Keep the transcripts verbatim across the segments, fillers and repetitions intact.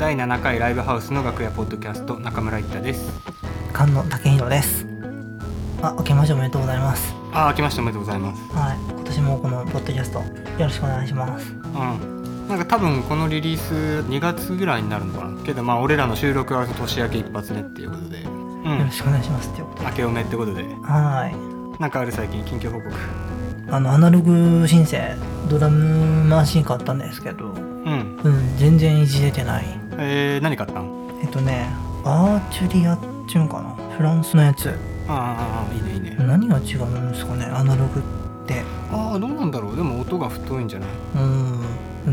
だいななかいライブハウスの楽屋ポッドキャスト、中村一太です。 菅野武弘です。あ、明けましておめでとうございます。 あ、明けましておめでとうございます。 はい、今年もこのポッドキャストよろしくお願いします。 うん、なんか多分このリリースにがつぐらいになるのかなけど、まあ俺らの収録は年明け一発目っていうことで、うん、 よろしくお願いしますっていうことで、 明けおめってことで、 はい。 なんかある最近近況報告。 あのアナログシンセドラムマシン買ったんですけど、うん、うん、全然いじれてない。 えー、何買ったん？ えっとね、アーチュリアっていうのかな、フランスのやつ。 ああ、いいねいいね。 何が違うんですかね、アナログって。 ああ、どうなんだろう。でも音が太いんじゃない？ うん、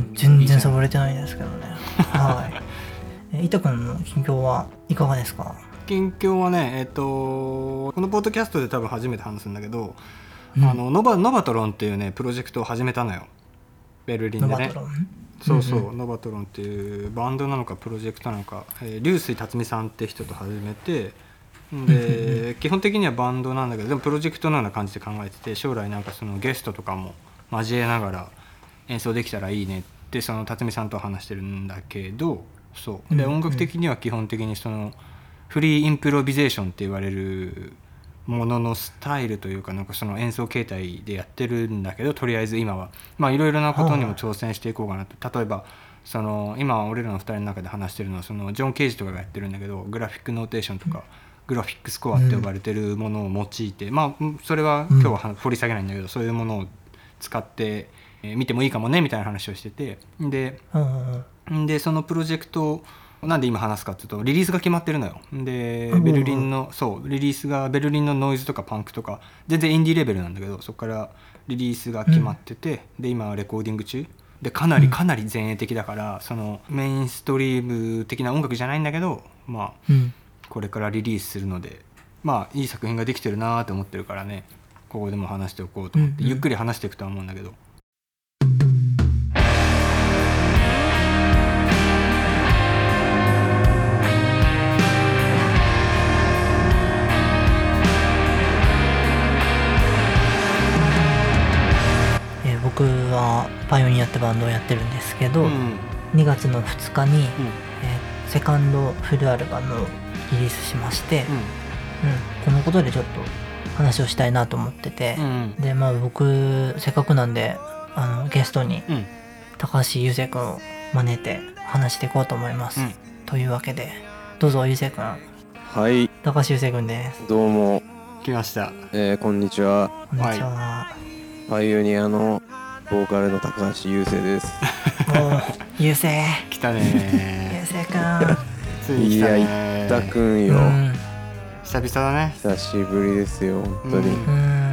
全然触れてないですけどね。はい。え、伊藤君の近況はいかがですか？ 近況はね、えっとこのポッドキャストで多分初めて話すんだけど、うん、あのノバノバトロンっていうねプロジェクトを始めたのよ、ベルリンでね。ノバトロン？そうそう、うんうん、ノバトロンっていうバンドなのかプロジェクトなのか、えー、龍水辰巳さんって人と始めて、で基本的にはバンドなんだけど、でもプロジェクトのような感じで考えてて、将来なんかそのゲストとかも交えながら演奏できたらいいねってその辰巳さんと話してるんだけど、そうで、音楽的には基本的にそのフリーインプロビゼーションって言われるもののスタイルというか、なんかその演奏形態でやってるんだけど、とりあえず今はまあいろいろなことにも挑戦していこうかなと。例えばその今俺らのふたりの中で話してるのはそのジョン・ケージとかがやってるんだけど、グラフィックノーテーションとかグラフィックスコアって呼ばれてるものを用いて、まあそれは今日は掘り下げないんだけど、そういうものを使って見てもいいかもねみたいな話をしてて、ででそのプロジェクトなんで今話すかっていうと、リリースが決まってるのよ。でベルリンのそうリリースがベルリンのノイズとかパンクとか全然インディーレベルなんだけど、そこからリリースが決まってて、うん、で今レコーディング中で、かなりかなり前衛的だから、そのメインストリーム的な音楽じゃないんだけど、まあ、うん、これからリリースするので、まあいい作品ができてるなと思ってるからね、ここでも話しておこうと思って、うんうん、ゆっくり話していくとは思うんだけど。 僕はパイオニアってバンドをやってるんですけど、うん、にがつのふつかに、うん、えー、セカンドフルアルバムをリリースしまして、うんうん、このことでちょっと話をしたいなと思ってて、うん、でまあ僕せっかくなんであのゲストに高橋優生くんを招いて話していこうと思います、うん、というわけでどうぞ優生くん。 はい、 高橋優生くんです。 どうも来ました、 えー、こんにちは。 こんにちは、はい、 パイオニアのボーカルの高橋優生です。 お優生来たね優生くんついに来たね。 いや、いったくんよ、うん、 久々だね。 久しぶりですよ本当に、うん、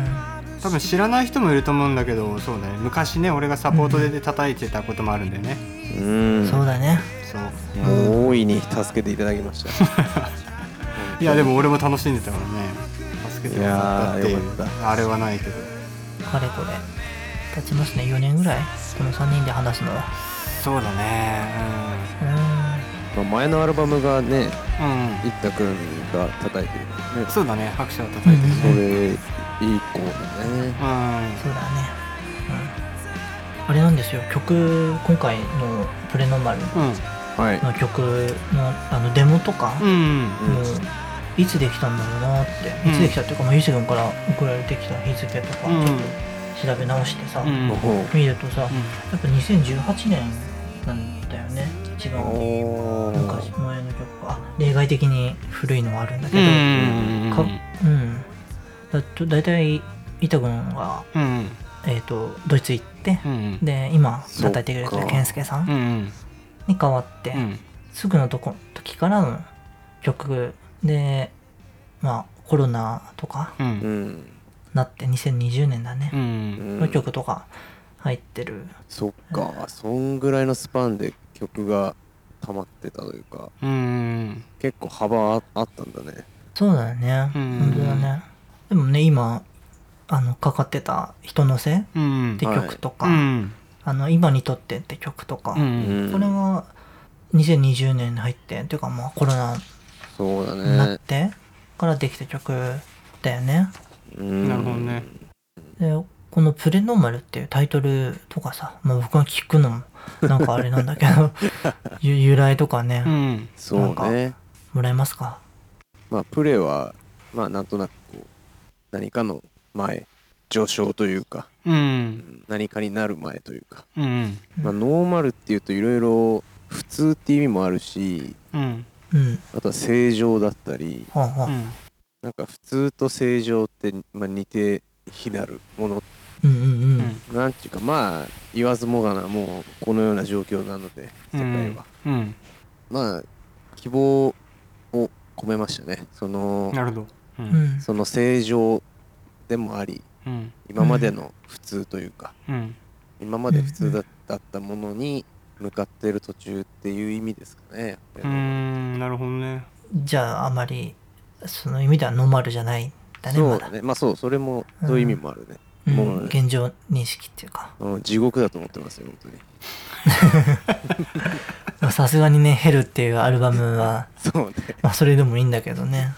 多分知らない人もいると思うんだけど、そうね、昔ね俺がサポートで叩いてたこともあるんだよね。 うん、そうだね。 そうもう大いに助けていただきましたいやでも俺も楽しんでたからね、助けてもらったっていう。 いやよかった。 あれはないけどかれこれ経ちますね、よねんぐらいこのさんにんで話すのは。 そうだね、うん、うん、 まあ、前のアルバムがね、いったくんが叩いてる、ね、 そうだね、拍手を叩いてるね、 それいい子だね、うん、 そうだね、うん、あれなんですよ、曲今回のプレノーマルの曲の、あのデモとか、うんうん、もういつできたんだろうなって、うん、いつできたっていうか、まあ、ゆうせいくんから送られてきた日付とか、うん、ちょっと調べ直してさ、うん、見るとさ、うん、やっぱにせんじゅうはちねんなんだよね、一番昔前の曲は。例外的に古いのはあるんだけど、うんか、うん、だ, だいたい伊藤君が、うん、えーとドイツ行って、うん、で今叩いてくれてる健介さんに代わって、うん、すぐのとこ時からの曲で、まあコロナとか、うん、なってにせんにじゅうねんだね、うん、の曲とか入ってる。 そっか、うん、そんぐらいのスパンで曲が溜まってたというか、うん、結構幅 あ, あったんだね。 そうだね、うん、本当だね。でもね、今あのかかってた人のせって曲とか、はい、あの今にとってって曲とか、うん、これはにせんにじゅうねんに入ってっていうか、まあコロナになってからできた曲だよね。 うん、なるほどね。 でこのプレノーマルっていうタイトルとかさ、まあ、僕が聞くのもなんかあれなんだけど由来とかね、 うん、そうね、 もらえますか？ まあプレはまあなんとなくこう何かの前、序章というか、うん、何かになる前というか、うん、まあ、ノーマルっていうといろいろ普通っていう意味もあるし、うん、あとは正常だったり、うん、なんか普通と正常って、まあ、似て非なるもの、うんうんうん、なんていうかまあ言わずもがなもうこのような状況なので世界は、うんうん、まあ希望を込めましたね。そのなるほど、うん、その正常でもあり、うん、今までの普通というか、うん、今まで普通だったものに向かっている途中っていう意味ですかね。 うーん、なるほどね。 じゃああまりその意味ではノーマルじゃないんだね。 そうだね、まあそうそれもそういう意味もあるね、 うん、もう、ね、現状認識っていうか、 うん、地獄だと思ってますよ本当にさすがにねヘルっていうアルバムはそうね、 まあそれでもいいんだけどね。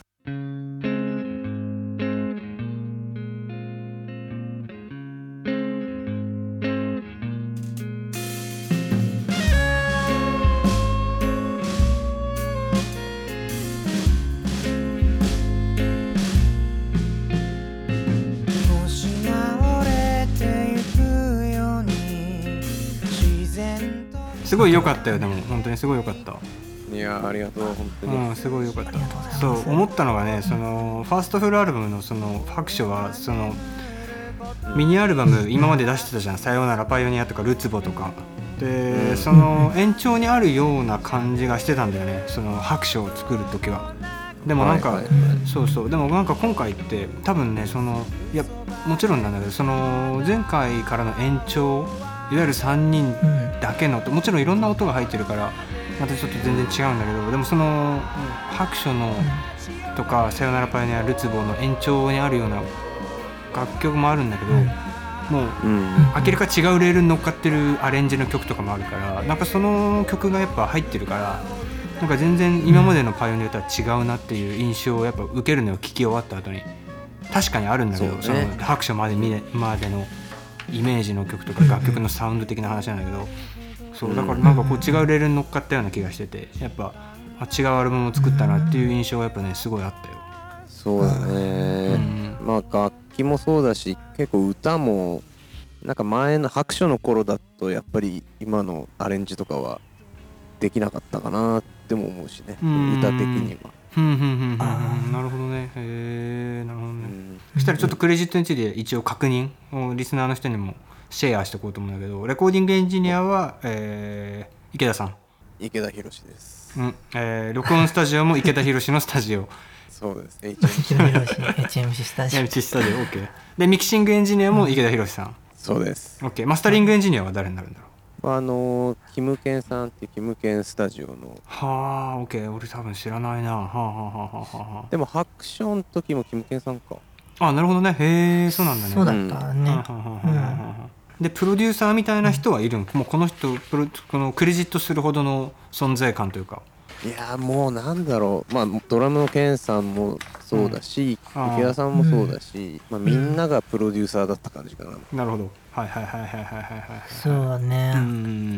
すごい良かったよ。でも本当にすごい良かった。 いやありがとう本当に、 うん、すごい良かった。そう思ったのがね、そのファーストフルアルバムのその白書はそのミニアルバム今まで出してたじゃん、さようならパイオニアとかルツボとかで、その延長にあるような感じがしてたんだよね、その白書を作る時は。でもなんか、はいはいはい、そうそう、でもなんか今回って多分ね、そのいやもちろんなんだけど、その前回からの延長、いわゆるさんにんだけの、もちろんいろんな音が入ってるからまたちょっと全然違うんだけど、でもその白書のとかさよならパイオニアルツボの延長にあるような楽曲もあるんだけど、もう明らか違うレールに乗っかってるアレンジの曲とかもあるから、なんかその曲がやっぱ入ってるから、なんか全然今までのパイオニアとは違うなっていう印象をやっぱ受けるのを聞き終わった後に。確かにあるんだけど、その白書までまでのイメージの曲とか楽曲のサウンド的な話なんだけど、そうだからなんかこう違うレールに乗っかったような気がしてて、やっぱ違うアルバムを作ったなっていう印象がやっぱねすごいあったよ。 そうだね、うん、まあ楽器もそうだし、結構歌もなんか前の白書の頃だとやっぱり今のアレンジとかはできなかったかなっても思うしね、歌的には。 ふんふんふんふん、なるほどね。へえ、なるほどね。そしたらちょっとクレジットについて一応確認をリスナーの人にもシェアしておこうと思うんだけど、レコーディングエンジニアは、えー、池田さん。 池田博です。 うん、えー、録音スタジオも池田博のスタジオ。 そうです。 エイチエムシー エイチエムシー スタジオ。 エイチエムシー スタジオ OK。でミキシングエンジニアも池田博さん。 そうです。 OK。マスタリングエンジニアは誰になるんだろう。 あのキムケンさんっていうキムケンスタジオの。 はあ、オッケー、俺多分知らないな。はあはあはあはあ。 でもハクションの時もキムケンさんか。 あ、なるほどね。へえ、そうなんだね。 そうだったね。 でプロデューサーみたいな人はいるん、うん、もうこの人プロこのクレジットするほどの存在感というか。 いやもうなんだろう、まあドラムのケンさんもそうだし、うん、池田さんもそうだし、うん、まあ、みんながプロデューサーだった感じかな。 なるほど。はいはいはいはいはいはいはい。 そうだね。うん、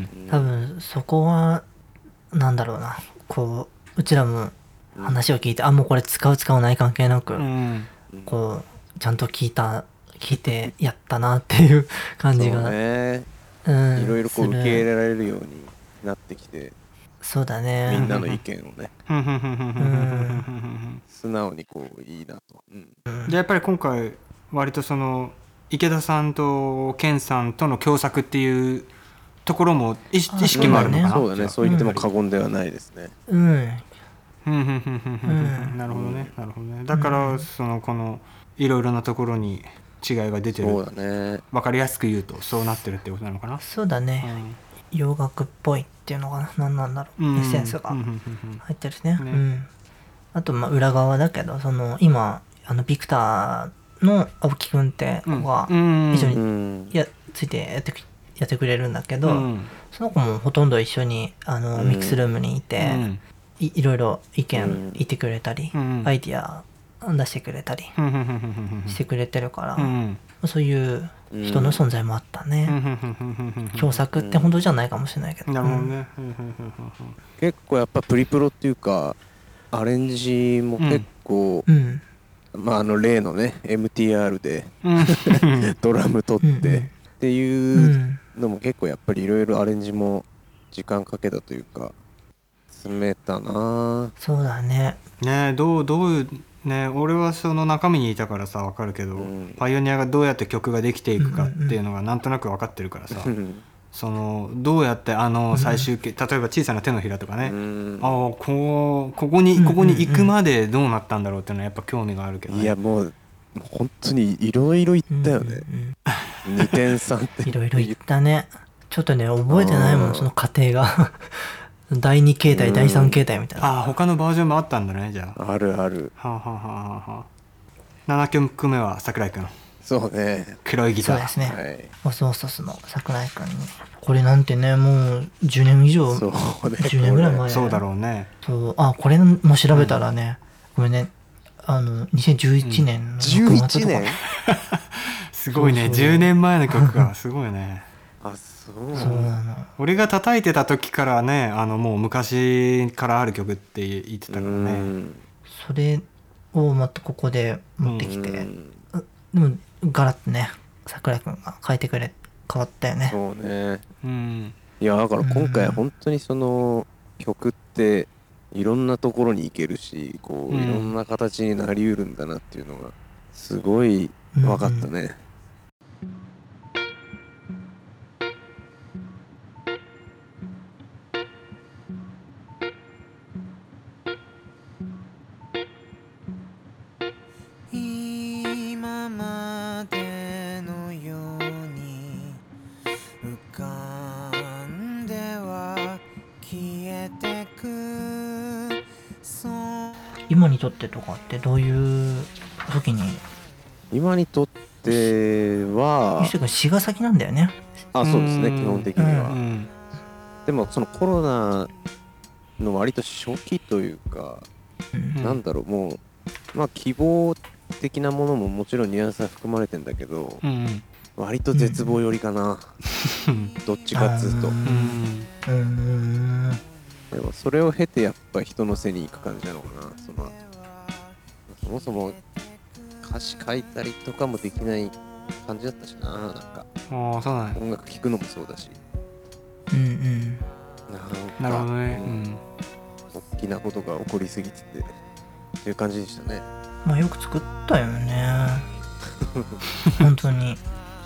多分そこはなんだろうな、こううちらも話を聞いて、うん、あもうこれ使う使わない関係なく、うん、こうちゃんと聞いた聞いてやったなっていう感じが。そうね。うん、いろいろこう受け入れられるようになってきて。 そうだね。 みんなの意見をね、うん、素直にこういいなと、うん、 じゃあやっぱり今回割とその池田さんとケンさんとの共作っていうところも意識もあるのかな。 そうだね、そう言っても過言ではないですね。 うん、 なるほどね、なるほどね。だからそのこのいろいろなところに違いが出てる。 そうだね。 分かりやすく言うとそうなってるってことなのかな。 そうだね。うん、洋楽っぽいっていうのかな、何なんだろう、エッセンスが入ってるね。うん、あとまあ裏側だけど、その今あのビクターの青木くんって子が一緒にやついてやってやってくれるんだけど、うん、その子もほとんど一緒にあのミックスルームにいて、うん、い, いろいろ意見言ってくれたり、うん、アイディア出してくれたりしてくれてるから、うん、そういう人の存在もあったね、うん、共作って本当じゃないかもしれないけど、 なるほどね、うん、 結構やっぱプリプロっていうかアレンジも結構、うん、まああの例のね エムティーアール でドラム取ってっていうのも結構やっぱりいろいろアレンジも時間かけたというか詰めたな。 そうだね。 ねえどうどういうね、俺はその中身にいたからさ分かるけど、うん、パイオニアがどうやって曲ができていくかっていうのがなんとなく分かってるからさ、うん、そのどうやってあの最終形、うん、例えば小さな手のひらとかね、うん、あこここにここに行くまでどうなったんだろうっていうのはやっぱ興味があるけどね。 いやもう本当にいろいろ言ったよね、うんうん、にてんさんてんいろいろ言ったね。ちょっとね覚えてないもんその過程がだいに形態、だいさん形態みたいな。 ああ他のバージョンもあったんだね。じゃああるある。 はあ、はあはあはあ、ななきょくめは桜井くん。 そうね黒いギター。 そうですね、はい、オスオスオスの桜井くんにこれなんてねもうじゅうねん以上そう、ね、じゅうねんぐらい前。 そうだろうね。 そうあこれも調べたらね、うん、ごめんねあのにせんじゅういちねんのろくがつとか、うん、 すごいね。そうそうじゅうねんまえの曲がすごいねあそうそうなの。 俺が叩いてた時からねあのもう昔からある曲って言ってたからね。 それをまたここで持ってきて、でもガラッとね桜井くんが書いてくれ変わったよね。 そうね、うん、いやだから今回本当にその曲っていろんなところに行けるしこういろんな形になりうるんだなっていうのがすごい分かったね、うんうん今にとってとかってどういう時に。 今にとってはゆうせいくん茅ヶ崎なんだよね。 あそうですね基本的には、うん、でもそのコロナの割と初期というか、うん、なんだろうもうまあ希望的なものももちろんニュアンスは含まれてんだけど、うん、割と絶望寄りかな、うん、どっちかっつうと、うん、でもそれを経てやっぱ人の背に行く感じなのかな。その後そもそも歌詞書いたりとかもできない感じだったしな。なんかあそうなん音楽聴くのもそうだし、 うんうんなるほどね、うん、 大きなことが起こりすぎててっていう感じでしたね。 まあよく作ったよね本当に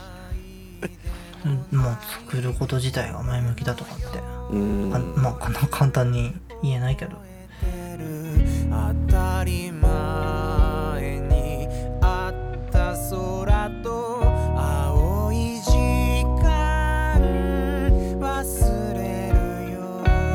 もう作ること自体が前向きだとかってうんまあ簡単に言えないけど当たり前にあった空と青い時間忘れるよ。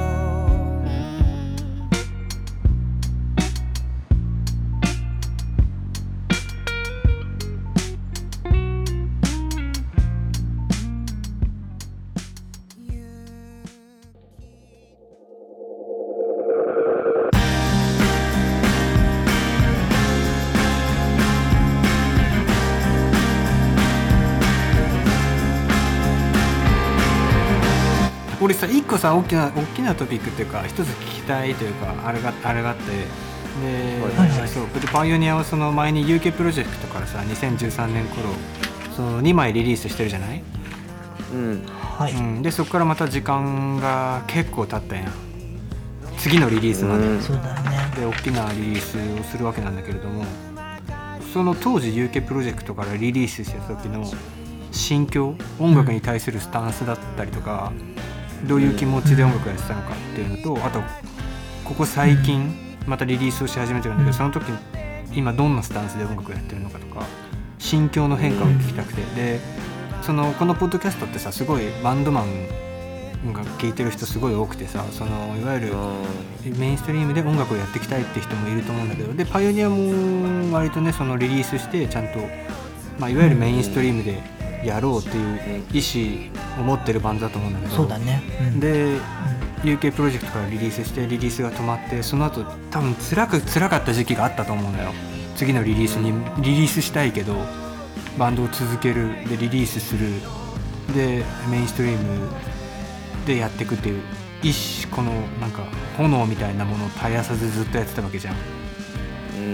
俺さ一個さ大きな大きなトピックっていうか一つ聞きたいというかあれがあれがあってで、はいはい、そうでパイオニアはその前に ユーケー プロジェクトからさにせんじゅうさんねん頃そのにまいリリースしてるじゃない、 うんはいうん、 でそこからまた時間が結構経ったんや次のリリースまで、うん、 そうだね、 で大きなリリースをするわけなんだけれどもその当時 ユーケー プロジェクトからリリースした時の心境音楽に対するスタンスだったりとか、うん、どういう気持ちで音楽をやってたのかっていうのと、うん、あとここ最近またリリースをし始めてるんだけど、うん、その時今どんなスタンスで音楽をやってるのかとか心境の変化を聞きたくて、うん、でそのこのポッドキャストってさすごいバンドマンが聴いてる人すごい多くてさそのいわゆるメインストリームで音楽をやっていきたいって人もいると思うんだけどでパイオニアも割とねそのリリースしてちゃんと、まあ、いわゆるメインストリームでやろうっていう意思を持ってるバンドだと思うんだけどそうだね、うん、 で、うん、ユーケー プロジェクトからリリースしてリリースが止まってその後多分辛く辛かった時期があったと思うんだよ、 次のリリースにリリースしたいけどバンドを続けるでリリースするでメインストリームでやっていくっていう一種このなんか炎みたいなものを絶やさずずっとやってたわけじゃん、うん、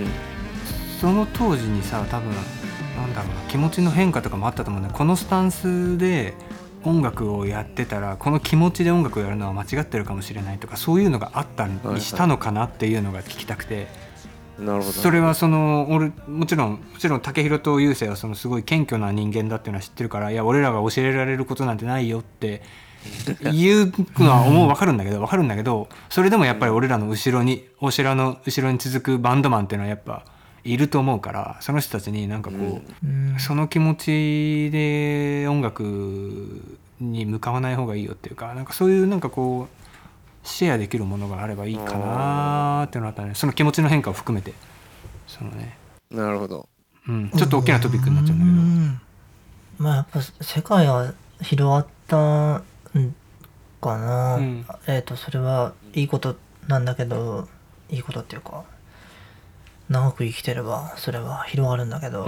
その当時にさ多分なんだろうな気持ちの変化とかもあったと思うんだ。このスタンスで音楽をやってたらこの気持ちで音楽をやるのは間違ってるかもしれないとかそういうのがあったりしたのかなっていうのが聞きたくて、 なるほど。 それはその俺もちろんもちろん武宏と雄星はそのすごい謙虚な人間だっていうのは知ってるから、いや俺らが教えられることなんてないよって言うのは思う分かるんだけど分かるんだけどそれでもやっぱり俺らの後ろにお城の後ろに続くバンドマンっていうのはやっぱいると思うから、その人たちになんかこう、うん、その気持ちで音楽に向かわない方がいいよっていうか、なんかそういうなんかこうシェアできるものがあればいいかなっていうのがあったね。その気持ちの変化を含めてそのね。 なるほど、 うん、ちょっと大きなトピックになっちゃうんだけど、うん、 まあやっぱ世界は広がったんかな、うん、えっとそれはいいことなんだけど、いいことっていうか長く生きてればそれは広がるんだけど、うん、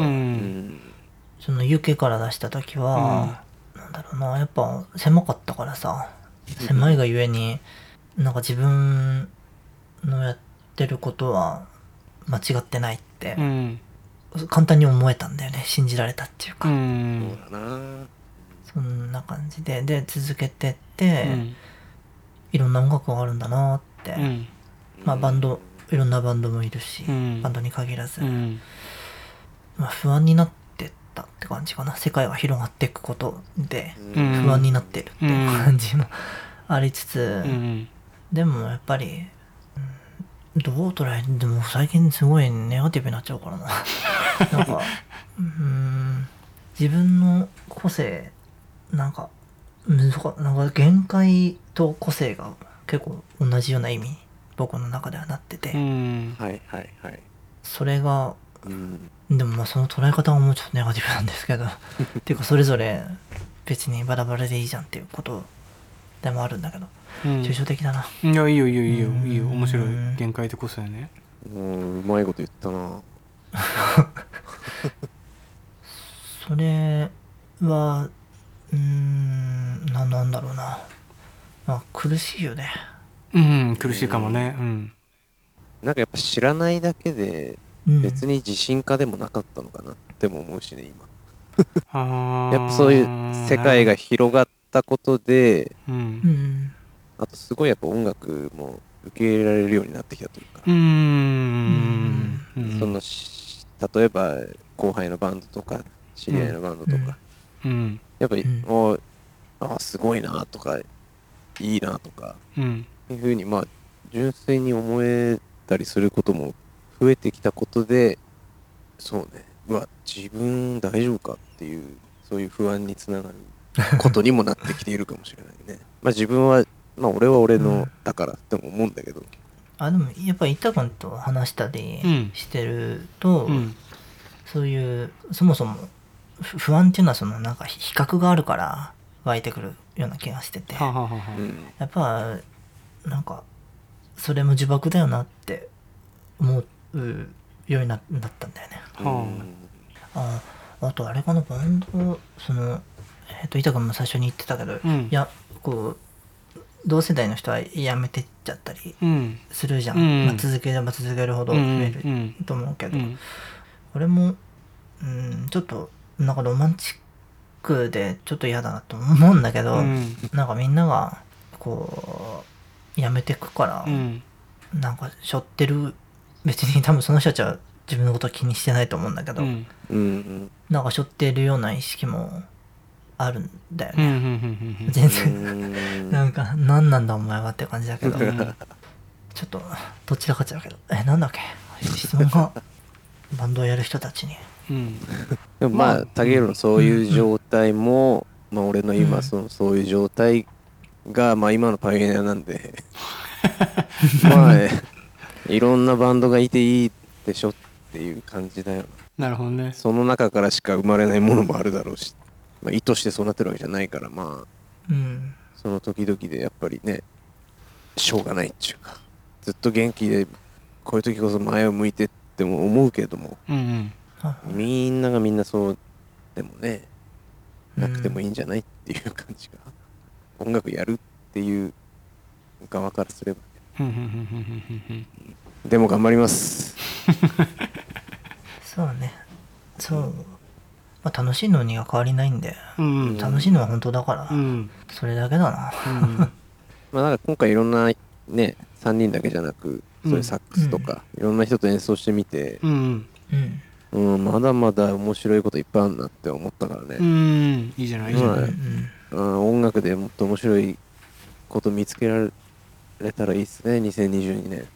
その ユーケー から出した時は、うん、なんだろうな、やっぱ狭かったからさ、狭いがゆえになんか自分のやってることは間違ってないって、うん、簡単に思えたんだよね。信じられたっていうか、うん、そうだな、そんな感じでで続けてって、うん、いろんな音楽があるんだなって、うん、まあバンドいろんなバンドもいるし、うん、バンドに限らず、うん、まあ、不安になってったって感じかな。世界が広がっていくことで不安になってるっていう感じもありつつ、うん、でもやっぱり、うん、どう捉えでも最近すごいネガティブになっちゃうからななんかうーん自分の個性なんかなんか限界と個性が結構同じような意味僕の中ではなってて、うん、はいはいはい、それが、うん、でもまあその捉え方はもうちょっとネガティブなんですけどっていうかそれぞれ別にバラバラでいいじゃんっていうことでもあるんだけど、うん、抽象的だな。 いやいいよいいよいいよいいよ、面白い。限界ってこそやね。 うん、うまいこと言ったなそれはうーん な, なんだろうな、まあ苦しいよね。 うん、苦しいかもね、うん、 なんかやっぱ知らないだけで別に自信家でもなかったのかなっても思うしね今やっぱそういう世界が広がったことで、うん、あとすごいやっぱ音楽も受け入れられるようになってきたというか、うーん、その例えば後輩のバンドとか知り合いのバンドとか、うん、やっぱり、うん、おあすごいなとかいいなとか、うんいうふうにまあ純粋に思えたりすることも増えてきたことで、そうね、うわ自分大丈夫かっていうそういう不安につながることにもなってきているかもしれないねまあ自分はまあ俺は俺のだからっても思うんだけど、うん、 あでもやっぱり板君と話したりしてると、うん、そういうそもそも不安っていうのはそのなんか比較があるから湧いてくるような気がしてて、ははははやっぱなんかそれも呪縛だよなって思うようになったんだよね。はあ、あ, あとあれかな、バンドそのえっ、ー、と板君も最初に言ってたけど、うん、いやこう同世代の人はやめてっちゃったりするじゃん、うんまあ、続ければ続けるほど増えると思うけど、うんうん、これも、うん、ちょっとなんかロマンチックでちょっと嫌だなと思うんだけど、うん、なんかみんながこうやめてくから、うん、なんか背負ってる別に多分その人たちは自分のこと気にしてないと思うんだけど、うんうん、なんか背負ってるような意識もあるんだよね、うん、全然なんか何なんだお前はって感じだけどちょっとどちらかっちゃうけどえなんだっけ質問がバンドをやる人たちに、うん、 でもまあタゲルのそういう状態も、うん、まあ俺の今そのそういう状態がまあ今のパイオニアなんでまあ、ね、いろんなバンドがいていいでしょっていう感じだよな。なるほどね。 その中からしか生まれないものもあるだろうし、まあ、意図してそうなってるわけじゃないからまあ、うん、その時々でやっぱりねしょうがないっていうかずっと元気でこういう時こそ前を向いてっっても思うけども、うんうん、みんながみんなそうでもねなくてもいいんじゃないっていう感じが、音楽やるっていう側からすればねでも頑張りますそうね、そう、まあ、楽しいのには変わりないんで、うん、楽しいのは本当だから、うん、それだけだな、うん、 まあなんか今回いろんなねさんにんだけじゃなく、そういうサックスとか、うん、いろんな人と演奏してみて、うんうんうん、まだまだ面白いこといっぱいあるなって思ったからね。 うん、いいじゃないいいじゃない、 まあ、音楽でもっと面白いこと見つけられたらいいですね、にせんにじゅうにねん。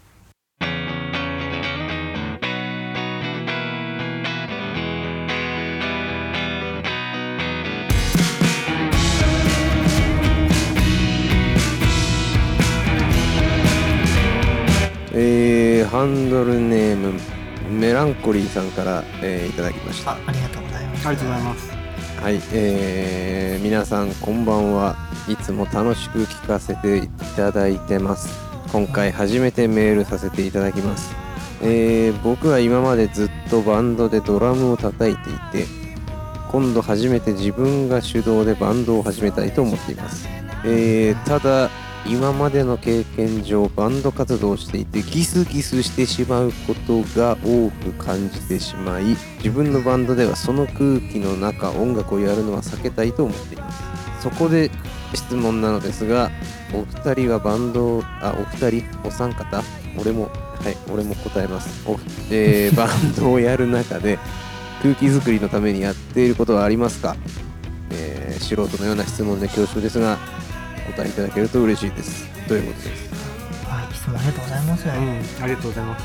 えー、ハンドルネームメランコリーさんから、えー、いただきました。 あ, ありがとうございます。 ありがとうございます。 はい、えー、皆さんこんばんは。いつも楽しく聞かせていただいてます。今回初めてメールさせていただきます。えー、僕は今までずっとバンドでドラムを叩いていて、今度初めて自分が主導でバンドを始めたいと思っています。えー、ただ今までの経験上バンド活動をしていてギスギスしてしまうことが多く感じてしまい、自分のバンドではその空気の中音楽をやるのは避けたいと思っています。そこで質問なのですが、お二人はバンドあお二人お三方俺もはい俺も答えますお、えー、バンドをやる中で空気作りのためにやっていることはありますか？えー、素人のような質問で恐縮ですがお答えいただけると嬉しいですということです。 はい、質問ありがとうございます、うん、 ありがとうございます。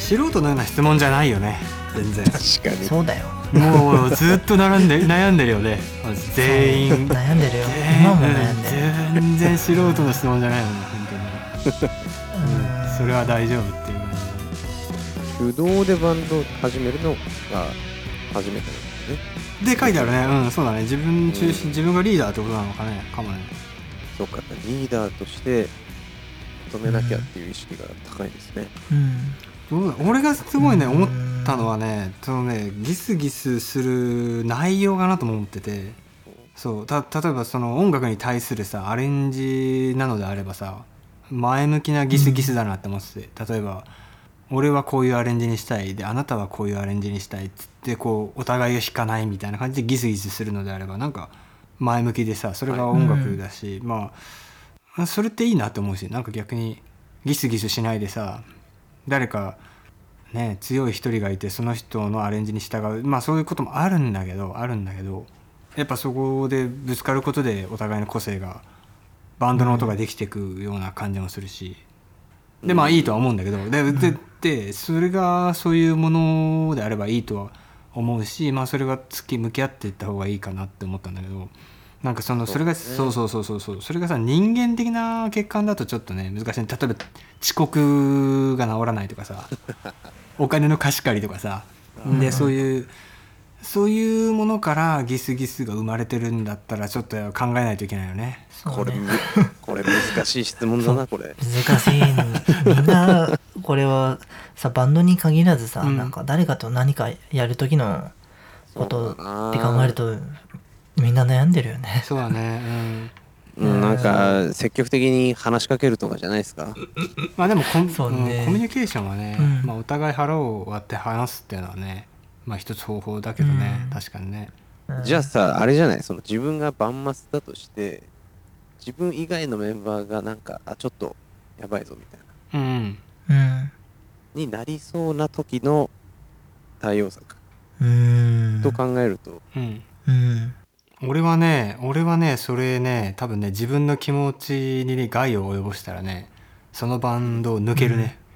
素人のような質問じゃないよね、全然。 確かにそうだよ。 もうずっと並んで悩んでるよね全員悩んでるよ、今も悩んでる。 全然素人の質問じゃないよね本当にうん、それは大丈夫っていう感じ。手動でバンドを始めるのが初めてなんですねで書いてあるね。うん、そうだね、自分中心、うん、自分がリーダーってことなのかね、かもね。 そうか、リーダーとして止めなきゃっていう意識が高いですね。 うん、俺がすごいね、うん、思ったのはね、そのね、ギスギスする内容かなとも思ってて、そうた例えばその音楽に対するさアレンジなのであればさ、前向きなギスギスだなって思ってて、うん、例えば俺はこういうアレンジにしたいで、あなたはこういうアレンジにしたいっつってこうお互いを弾かないみたいな感じでギスギスするのであれば、なんか前向きでさ、それが音楽だし、うん、まあそれっていいなと思うし、なんか逆にギスギスしないでさ、誰かね強い一人がいてその人のアレンジに従う、まあそういうこともあるんだけどあるんだけどやっぱそこでぶつかることでお互いの個性がバンドの音ができていくような感じもするし、でまあいいとは思うんだけど、でででそれがそういうものであればいいとは思うし、まあそれが月向き合っていった方がいいかなって思ったんだけど、なんかそのそれがそうそうそうそうそうそれがさ人間的な欠陥だとちょっとね難しい。例えば遅刻が治らないとかさお金の貸し借りとかさ、でそういうそういうものからギスギスが生まれてるんだったらちょっと考えないといけないよね。 これこれ難しい質問だなこれ。 難しいみんなこれはさバンドに限らずさ、うん、なんか誰かと何かやる時のことって考えるとみんな悩んでるよね。 そうだね、 うんうん、なんか積極的に話しかけるとかじゃないですか。 まあでもコン、そうね、コミュニケーションはね、うんまあ、お互い腹を割って話すっていうのはね、まあ一つ方法だけどね、うん、確かにね。 じゃあさあれじゃない、その自分がバンマスだとして自分以外のメンバーがなんかあちょっとやばいぞみたいな、うんうん、になりそうな時の対応策うんと考えると、うんうん、 俺はね俺はねそれね多分ね自分の気持ちに、ね、害を及ぼしたらねそのバンドを抜けるね、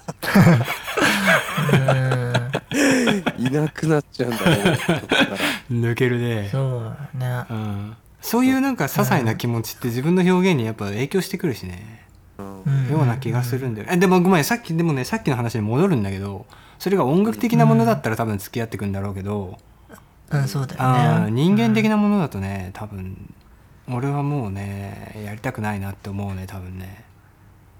うん、いなくなっちゃうんだね抜けるね。 そうね、 うん、そういうなんか些細な気持ちって自分の表現にやっぱ影響してくるしね、うん、ような気がするんだよ、うん、でもごめんさっきでもねさっきの話に戻るんだけど、それが音楽的なものだったら多分付き合ってくんだろうけど、 うん、そうだよね。 人間的なものだとね多分俺はもうねやりたくないなって思うね多分ね。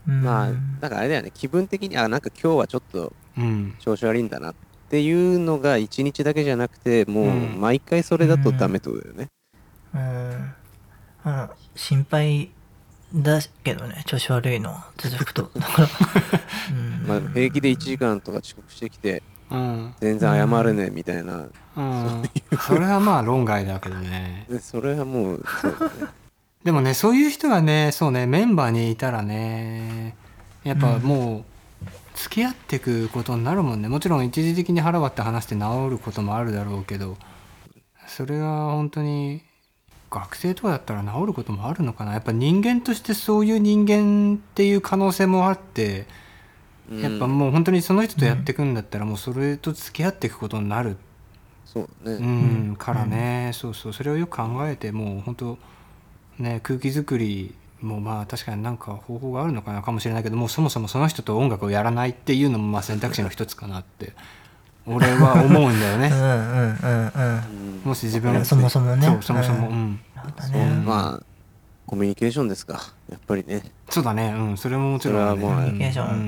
まあだからあれだよね、気分的にあなんか今日はちょっと調子悪いんだなっていうのが一日だけじゃなくて、もう毎回それだとダメってことだよね。 うん、うん、あ心配だけどね、調子悪いの続くとだから、 うん、まあ平気でいちじかんとか遅刻してきて、うん、全然謝るねみたいな、 うん、そ, それはまあ論外だけどね。 それはもうそうだね。 でもね、そういう人がね、そうね、メンバーにいたらね、やっぱもう付き合っていくことになるもんね。もちろん一時的に腹割って話して治ることもあるだろうけど、それが本当に学生とかだったら治ることもあるのかな。やっぱ人間としてそういう人間っていう可能性もあって、やっぱもう本当にその人とやっていくんだったらもうそれと付き合っていくことになる、 そうね、 うん、からね、うん、そうそう、それをよく考えて、もう本当ね、空気作りもまあ確かになんか方法があるのかなかもしれないけど、もうそもそもその人と音楽をやらないっていうのもまあ選択肢の一つかなって俺は思うんだよね。うんうんうんうん。もし自分がそもそもね、 そうそもそも、うん、うん、 そう、まあコミュニケーションですか、やっぱりね。 そうだね、うん、それももちろん、ね、 コミュニケーション、うん、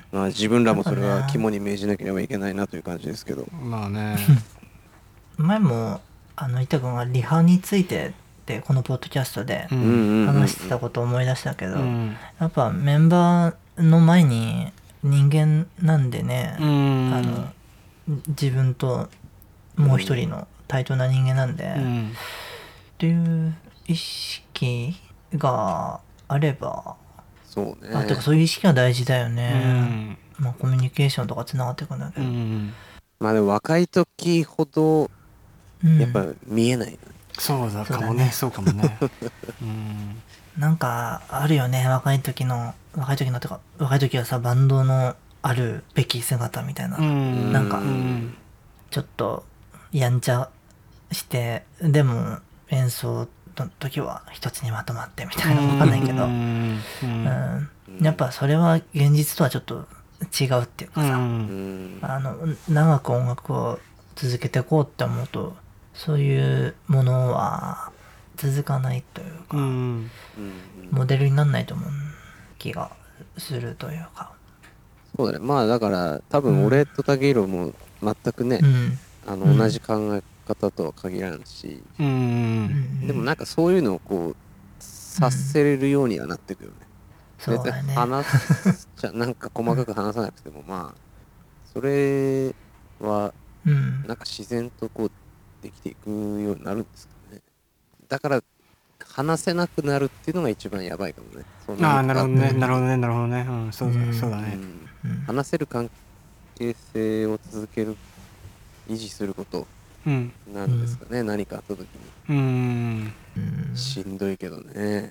まあ自分らもそれは肝に銘じなければいけないなという感じですけど。 まあね。 前もあの板君がリハについてでこのポッドキャストで話してたことを思い出したけど、うん、やっぱメンバーの前に人間なんでね、うん、あの自分ともう一人の対等な人間なんで、うん、っていう意識があれば、 そうね、 あてかそういう意識が大事だよね、うん、まあ、コミュニケーションとかつながっていくんだけど、うん、 まあでも若い時ほどやっぱ見えない、うん、 そうだかもね、そうかもね。うん、 なんかあるよね、若い時の若い時のとか若い時はさ、バンドのあるべき姿みたいな、うん、なんか、うん、ちょっとやんちゃしてでも演奏の時は一つにまとまってみたいな、分かんないけど、うんうん、やっぱそれは現実とはちょっと違うっていうかさ、うん、あの長く音楽を続けていこうって思うとそういうものは続かないというか、うん、モデルにならないと思う気がするというか。 そうだね、まあだから多分俺とタケヒロも全くね、うん、あの同じ考え方とは限らんし、うん、でもなんかそういうのをこう察せれるようにはなってくよね、 うん、別に話すじゃなんか細かく話さなくてもまあそれはなんか自然とこうできていくようになるんですかね。だから話せなくなるっていうのが一番やばいかもね。 ああ、なるほどね、なるほどね、なるほどね、うん、そうだ、うん、そうだね、 うん、話せる関係性を続ける維持することなんですかね、うん、何かあった時に、うん、しんどいけどね。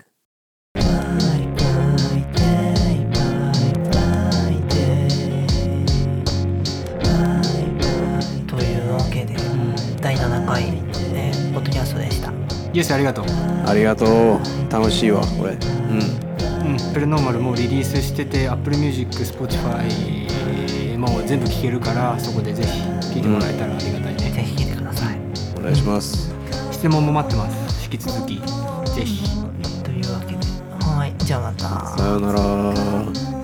というわけでだいななかい、えー、ポッドキャストでした。 イエス、ありがとう。 ありがとう。楽しいわこれ。うん。 うん。プレノーマルもうリリースしてて、Apple Music、Spotify も全部聴けるから、そこでぜひ聴いてもらえたらありがたいね。 ぜひ聴いてください。 お願いします。 質問も待ってます。引き続きぜひ。 というわけで、はい、じゃあまた。 さようなら。